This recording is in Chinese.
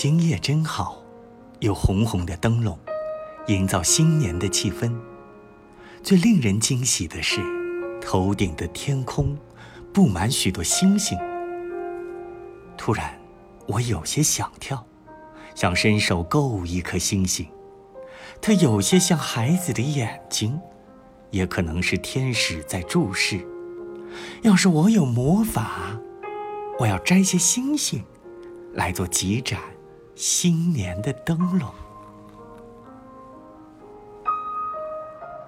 今夜真好，有红红的灯笼，营造新年的气氛。最令人惊喜的是，头顶的天空布满许多星星。突然，我有些想跳，想伸手够一颗星星。它有些像孩子的眼睛，也可能是天使在注视。要是我有魔法，我要摘些星星，来做几盏新年的灯笼。